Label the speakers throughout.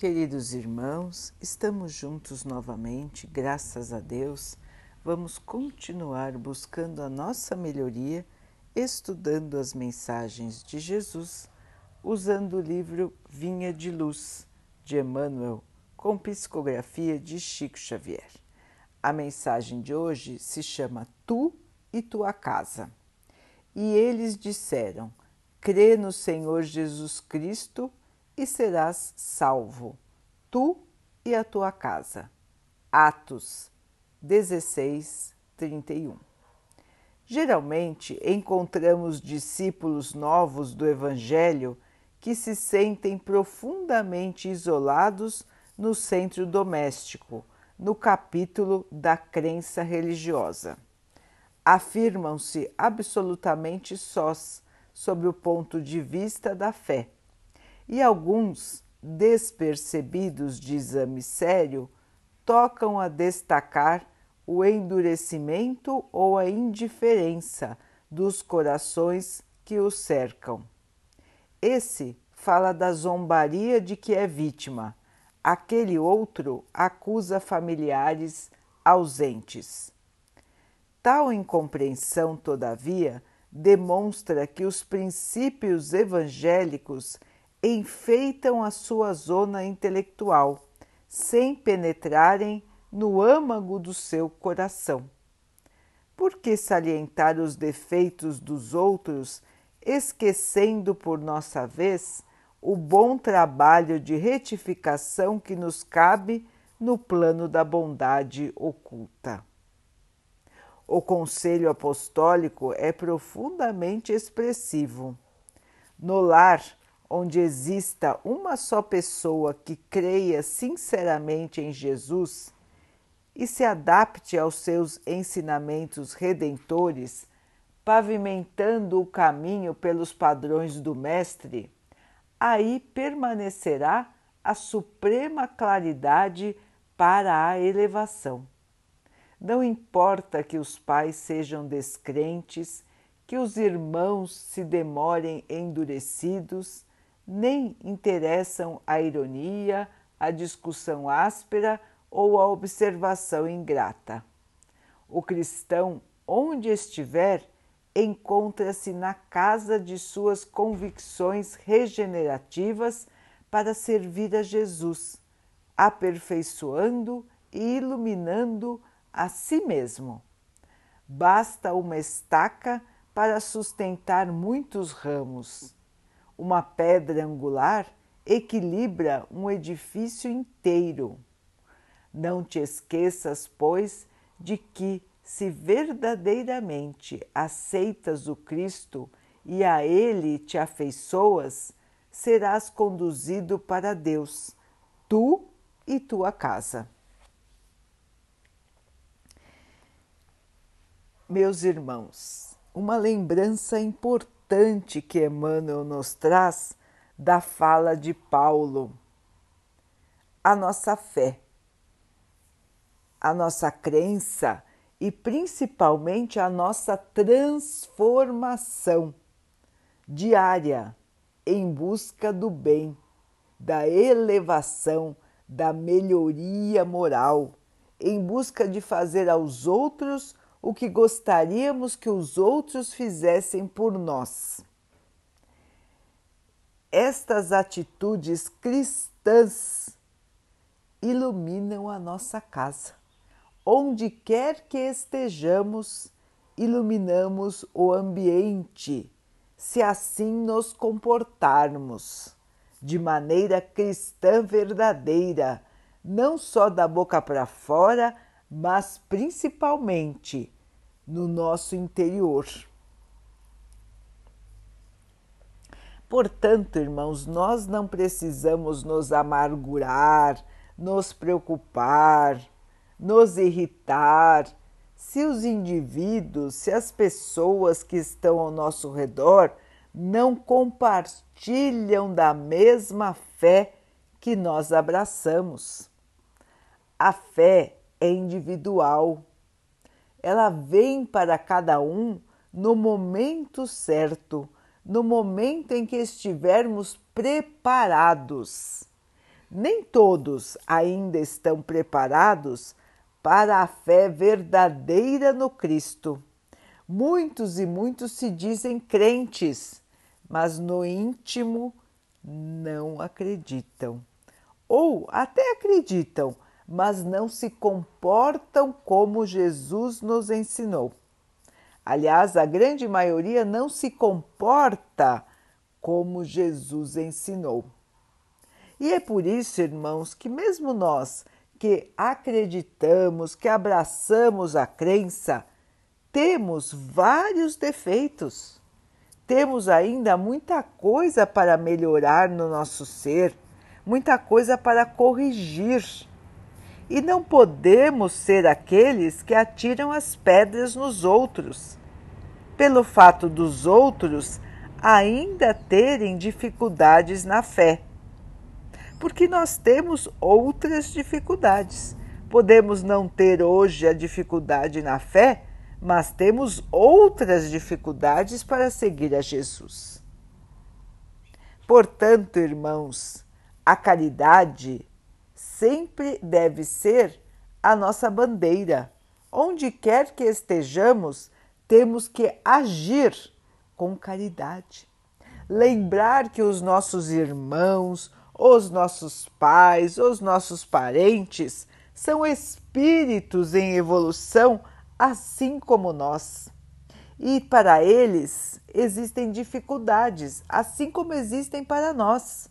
Speaker 1: Queridos irmãos, estamos juntos novamente, graças a Deus. Vamos continuar buscando a nossa melhoria, estudando as mensagens de Jesus, usando o livro Vinha de Luz, de Emmanuel, com psicografia de Chico Xavier. A mensagem de hoje se chama Tu e Tua Casa. E eles disseram: crê no Senhor Jesus Cristo e serás salvo, tu e a tua casa. Atos 16, 31. Geralmente encontramos discípulos novos do Evangelho que se sentem profundamente isolados no centro doméstico, no capítulo da crença religiosa. Afirmam-se absolutamente sós sob o ponto de vista da fé. E alguns, despercebidos de exame sério, tocam a destacar o endurecimento ou a indiferença dos corações que os cercam. Esse fala da zombaria de que é vítima, aquele outro acusa familiares ausentes. Tal incompreensão, todavia, demonstra que os princípios evangélicos enfeitam a sua zona intelectual, sem penetrarem no âmago do seu coração. Por que salientar os defeitos dos outros, esquecendo por nossa vez o bom trabalho de retificação que nos cabe no plano da bondade oculta? O conselho apostólico é profundamente expressivo. No lar onde exista uma só pessoa que creia sinceramente em Jesus e se adapte aos seus ensinamentos redentores, pavimentando o caminho pelos padrões do Mestre, aí permanecerá a suprema claridade para a elevação. Não importa que os pais sejam descrentes, que os irmãos se demorem endurecidos, nem interessam a ironia, a discussão áspera ou a observação ingrata. O cristão, onde estiver, encontra-se na casa de suas convicções regenerativas para servir a Jesus, aperfeiçoando e iluminando a si mesmo. Basta uma estaca para sustentar muitos ramos. Uma pedra angular equilibra um edifício inteiro. Não te esqueças, pois, de que, se verdadeiramente aceitas o Cristo e a Ele te afeiçoas, serás conduzido para Deus, tu e tua casa. Meus irmãos, uma lembrança importante que Emmanuel nos traz da fala de Paulo: a nossa fé, a nossa crença e principalmente a nossa transformação diária em busca do bem, da elevação, da melhoria moral, em busca de fazer aos outros o que gostaríamos que os outros fizessem por nós. Estas atitudes cristãs iluminam a nossa casa. Onde quer que estejamos, iluminamos o ambiente, se assim nos comportarmos, de maneira cristã verdadeira, não só da boca para fora, mas principalmente no nosso interior. Portanto, irmãos, nós não precisamos nos amargurar, nos preocupar, nos irritar, se os indivíduos, se as pessoas que estão ao nosso redor não compartilham da mesma fé que nós abraçamos. A fé é individual. Ela vem para cada um no momento certo, no momento em que estivermos preparados. Nem todos ainda estão preparados para a fé verdadeira no Cristo. Muitos e muitos se dizem crentes, mas no íntimo não acreditam. Ou até acreditam, mas não se comportam como Jesus nos ensinou. Aliás, a grande maioria não se comporta como Jesus ensinou. E é por isso, irmãos, que mesmo nós que acreditamos, que abraçamos a crença, temos vários defeitos. Temos ainda muita coisa para melhorar no nosso ser, muita coisa para corrigir. E não podemos ser aqueles que atiram as pedras nos outros, pelo fato dos outros ainda terem dificuldades na fé. Porque nós temos outras dificuldades. Podemos não ter hoje a dificuldade na fé, mas temos outras dificuldades para seguir a Jesus. Portanto, irmãos, a caridade sempre deve ser a nossa bandeira. Onde quer que estejamos, temos que agir com caridade. Lembrar que os nossos irmãos, os nossos pais, os nossos parentes são espíritos em evolução, assim como nós. E para eles existem dificuldades, assim como existem para nós.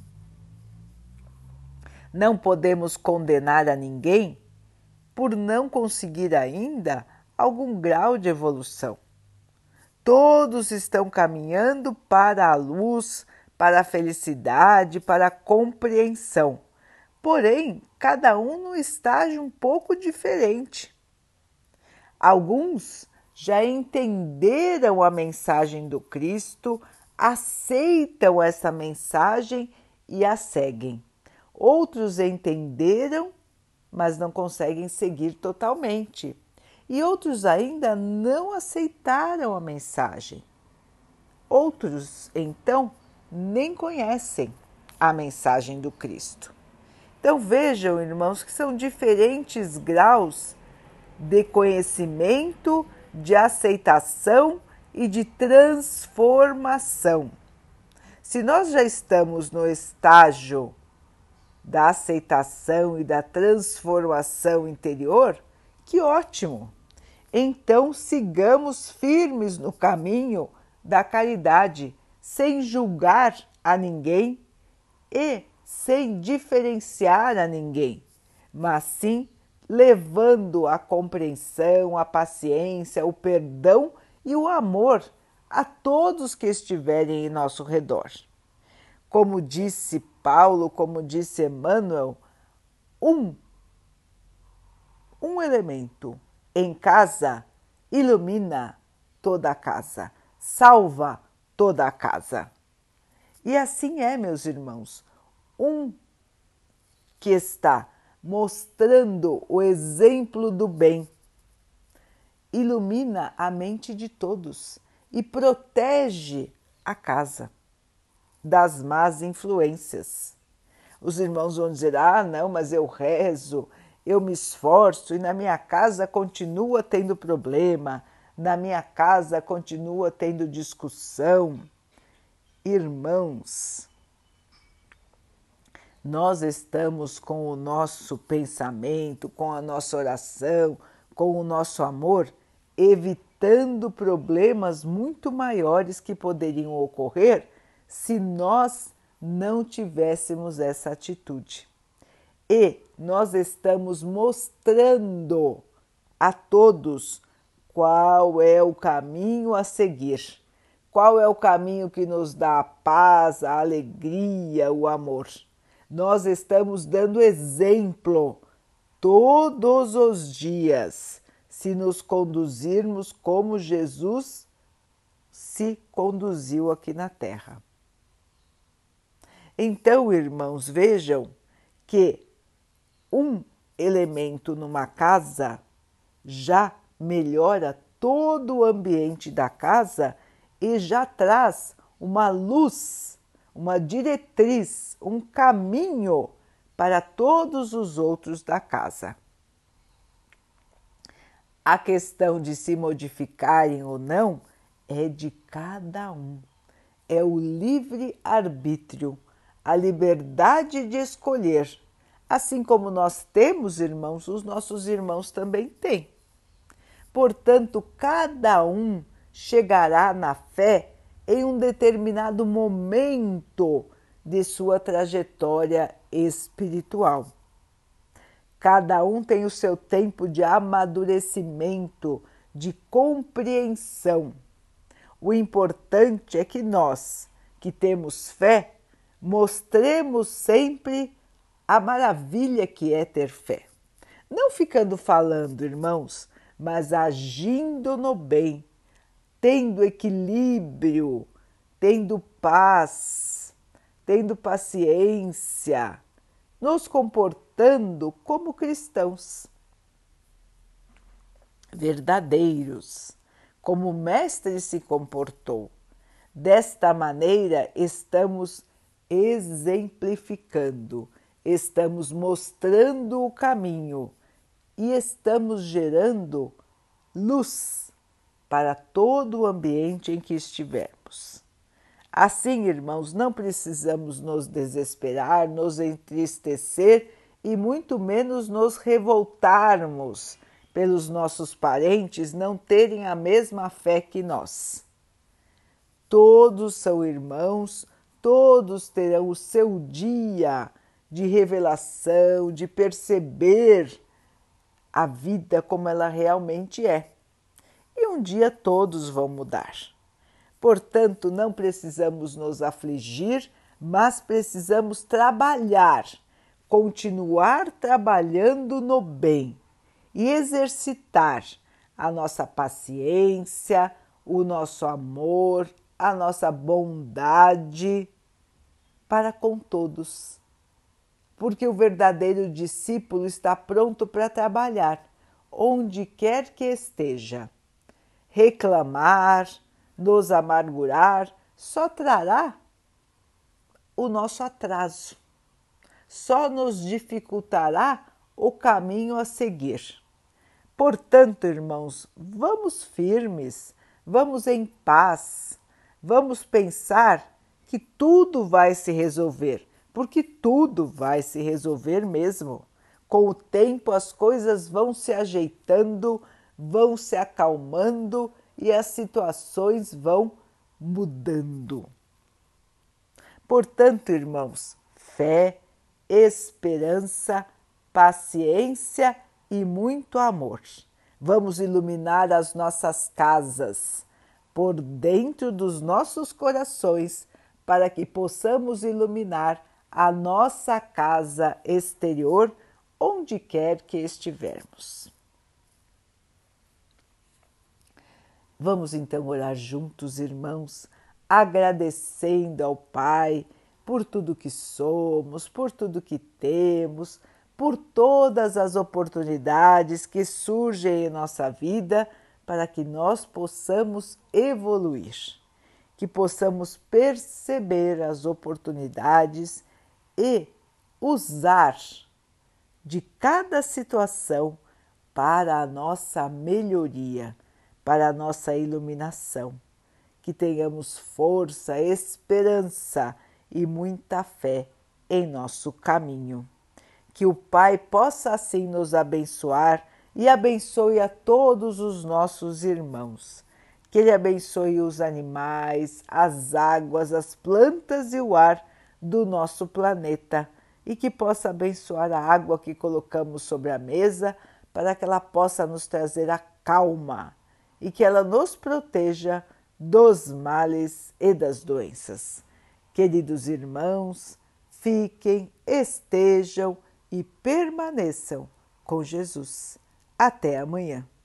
Speaker 1: Não podemos condenar a ninguém por não conseguir ainda algum grau de evolução. Todos estão caminhando para a luz, para a felicidade, para a compreensão. Porém, cada um num estágio um pouco diferente. Alguns já entenderam a mensagem do Cristo, aceitam essa mensagem e a seguem. Outros entenderam, mas não conseguem seguir totalmente. E outros ainda não aceitaram a mensagem. Outros, então, nem conhecem a mensagem do Cristo. Então vejam, irmãos, que são diferentes graus de conhecimento, de aceitação e de transformação. Se nós já estamos no estágio da aceitação e da transformação interior, que ótimo! Então sigamos firmes no caminho da caridade, sem julgar a ninguém e sem diferenciar a ninguém, mas sim levando a compreensão, a paciência, o perdão e o amor a todos que estiverem em nosso redor. Como disse Paulo, como disse Emmanuel, um elemento em casa ilumina toda a casa, salva toda a casa. E assim é, meus irmãos, um que está mostrando o exemplo do bem ilumina a mente de todos e protege a casa das más influências. Os irmãos vão dizer, não, mas eu rezo, eu me esforço e na minha casa continua tendo problema, na minha casa continua tendo discussão. Irmãos, nós estamos com o nosso pensamento, com a nossa oração, com o nosso amor, evitando problemas muito maiores que poderiam ocorrer se nós não tivéssemos essa atitude. E nós estamos mostrando a todos qual é o caminho a seguir, qual é o caminho que nos dá a paz, a alegria, o amor. Nós estamos dando exemplo todos os dias, se nos conduzirmos como Jesus se conduziu aqui na Terra. Então, irmãos, vejam que um elemento numa casa já melhora todo o ambiente da casa e já traz uma luz, uma diretriz, um caminho para todos os outros da casa. A questão de se modificarem ou não é de cada um. É o livre-arbítrio, a liberdade de escolher. Assim como nós temos irmãos, os nossos irmãos também têm. Portanto, cada um chegará na fé em um determinado momento de sua trajetória espiritual. Cada um tem o seu tempo de amadurecimento, de compreensão. O importante é que nós, que temos fé, mostremos sempre a maravilha que é ter fé. Não ficando falando, irmãos, mas agindo no bem, tendo equilíbrio, tendo paz, tendo paciência, nos comportando como cristãos verdadeiros, como o Mestre se comportou. Desta maneira, estamos exemplificando, estamos mostrando o caminho e estamos gerando luz para todo o ambiente em que estivermos. Assim, irmãos, não precisamos nos desesperar, nos entristecer e muito menos nos revoltarmos pelos nossos parentes não terem a mesma fé que nós. Todos são irmãos, todos terão o seu dia de revelação, de perceber a vida como ela realmente é. E um dia todos vão mudar. Portanto, não precisamos nos afligir, mas precisamos trabalhar, continuar trabalhando no bem e exercitar a nossa paciência, o nosso amor, a nossa bondade para com todos. Porque o verdadeiro discípulo está pronto para trabalhar, onde quer que esteja. Reclamar, nos amargurar, só trará o nosso atraso, só nos dificultará o caminho a seguir. Portanto, irmãos, vamos firmes, vamos em paz, vamos pensar que tudo vai se resolver, porque tudo vai se resolver mesmo. Com o tempo as coisas vão se ajeitando, vão se acalmando e as situações vão mudando. Portanto, irmãos, fé, esperança, paciência e muito amor. Vamos iluminar as nossas casas por dentro dos nossos corações para que possamos iluminar a nossa casa exterior onde quer que estivermos. Vamos então orar juntos, irmãos, agradecendo ao Pai por tudo que somos, por tudo que temos, por todas as oportunidades que surgem em nossa vida para que nós possamos evoluir, que possamos perceber as oportunidades e usar de cada situação para a nossa melhoria, para a nossa iluminação, que tenhamos força, esperança e muita fé em nosso caminho. Que o Pai possa assim nos abençoar e abençoe a todos os nossos irmãos. Que Ele abençoe os animais, as águas, as plantas e o ar do nosso planeta e que possa abençoar a água que colocamos sobre a mesa para que ela possa nos trazer a calma e que ela nos proteja dos males e das doenças. Queridos irmãos, fiquem, estejam e permaneçam com Jesus. Até amanhã.